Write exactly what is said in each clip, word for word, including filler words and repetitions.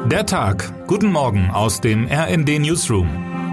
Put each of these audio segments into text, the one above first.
Der Tag. Guten Morgen aus dem R N D Newsroom.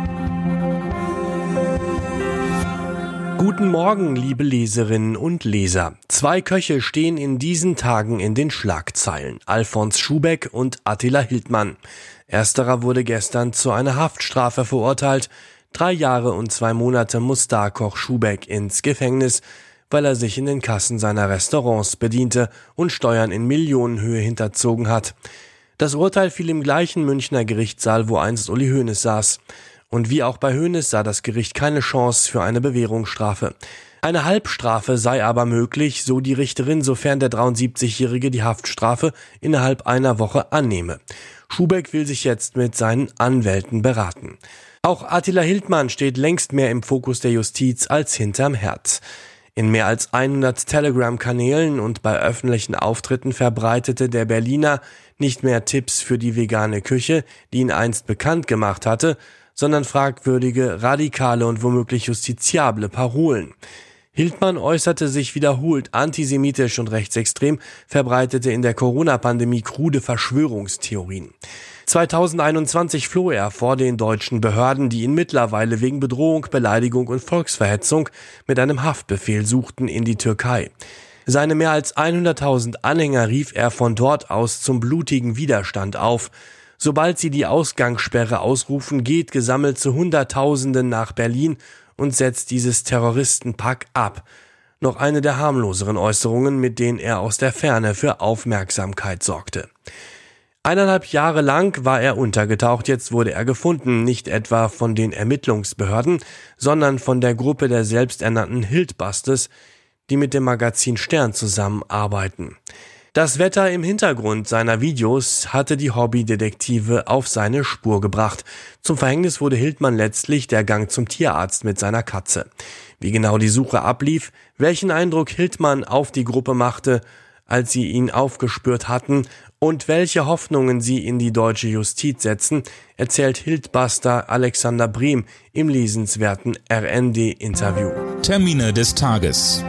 Guten Morgen, liebe Leserinnen und Leser. Zwei Köche stehen in diesen Tagen in den Schlagzeilen. Alfons Schubeck und Attila Hildmann. Ersterer wurde gestern zu einer Haftstrafe verurteilt. Drei Jahre und zwei Monate muss Starkoch Schubeck ins Gefängnis, weil er sich in den Kassen seiner Restaurants bediente und Steuern in Millionenhöhe hinterzogen hat. Das Urteil fiel im gleichen Münchner Gerichtssaal, wo einst Uli Hoeneß saß. Und wie auch bei Hoeneß sah das Gericht keine Chance für eine Bewährungsstrafe. Eine Halbstrafe sei aber möglich, so die Richterin, sofern der dreiundsiebzigjährige die Haftstrafe innerhalb einer Woche annehme. Schubeck will sich jetzt mit seinen Anwälten beraten. Auch Attila Hildmann steht längst mehr im Fokus der Justiz als hinterm Herd. In mehr als hundert Telegram-Kanälen und bei öffentlichen Auftritten verbreitete der Berliner nicht mehr Tipps für die vegane Küche, die ihn einst bekannt gemacht hatte, sondern fragwürdige, radikale und womöglich justiziable Parolen. Hildmann äußerte sich wiederholt antisemitisch und rechtsextrem, verbreitete in der Corona-Pandemie krude Verschwörungstheorien. zweitausendeinundzwanzig floh er vor den deutschen Behörden, die ihn mittlerweile wegen Bedrohung, Beleidigung und Volksverhetzung mit einem Haftbefehl suchten, in die Türkei. Seine mehr als hunderttausend Anhänger rief er von dort aus zum blutigen Widerstand auf. Sobald sie die Ausgangssperre ausrufen, geht gesammelt zu Hunderttausenden nach Berlin und setzt dieses Terroristenpack ab. Noch eine der harmloseren Äußerungen, mit denen er aus der Ferne für Aufmerksamkeit sorgte. Eineinhalb Jahre lang war er untergetaucht, jetzt wurde er gefunden, nicht etwa von den Ermittlungsbehörden, sondern von der Gruppe der selbsternannten Hildbusters, die mit dem Magazin Stern zusammenarbeiten. Das Wetter im Hintergrund seiner Videos hatte die Hobbydetektive auf seine Spur gebracht. Zum Verhängnis wurde Hildmann letztlich der Gang zum Tierarzt mit seiner Katze. Wie genau die Suche ablief, welchen Eindruck Hildmann auf die Gruppe machte, als sie ihn aufgespürt hatten, und welche Hoffnungen sie in die deutsche Justiz setzen, erzählt Hildbuster Alexander Brehm im lesenswerten R N D-Interview. Termine des Tages.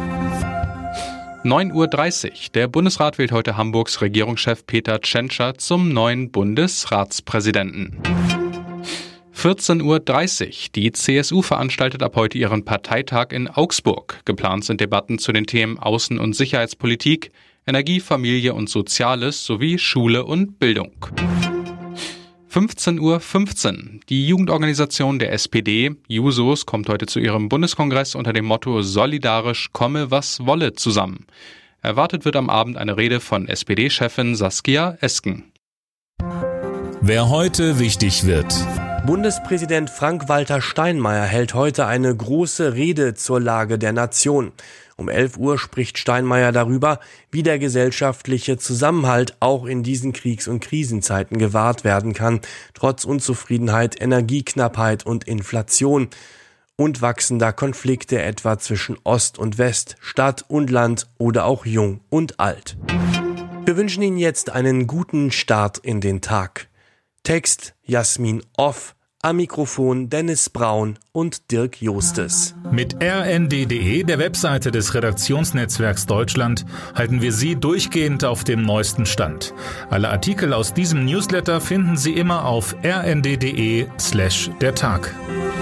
neun Uhr dreißig. Der Bundesrat wählt heute Hamburgs Regierungschef Peter Tschentscher zum neuen Bundesratspräsidenten. vierzehn Uhr dreißig. Die C S U veranstaltet ab heute ihren Parteitag in Augsburg. Geplant sind Debatten zu den Themen Außen- und Sicherheitspolitik, Energie, Familie und Soziales sowie Schule und Bildung. fünfzehn Uhr fünfzehn. Die Jugendorganisation der S P D, Jusos, kommt heute zu ihrem Bundeskongress unter dem Motto Solidarisch komme was wolle zusammen. Erwartet wird am Abend eine Rede von S P D-Chefin Saskia Esken. Wer heute wichtig wird. Bundespräsident Frank-Walter Steinmeier hält heute eine große Rede zur Lage der Nation. Um elf Uhr spricht Steinmeier darüber, wie der gesellschaftliche Zusammenhalt auch in diesen Kriegs- und Krisenzeiten gewahrt werden kann, trotz Unzufriedenheit, Energieknappheit und Inflation und wachsender Konflikte etwa zwischen Ost und West, Stadt und Land oder auch Jung und Alt. Wir wünschen Ihnen jetzt einen guten Start in den Tag. Text Jasmin Off, am Mikrofon Dennis Braun und Dirk Jostes. Mit R N D punkt D E, der Webseite des Redaktionsnetzwerks Deutschland, halten wir Sie durchgehend auf dem neuesten Stand. Alle Artikel aus diesem Newsletter finden Sie immer auf r n d punkt d e slash der Tag.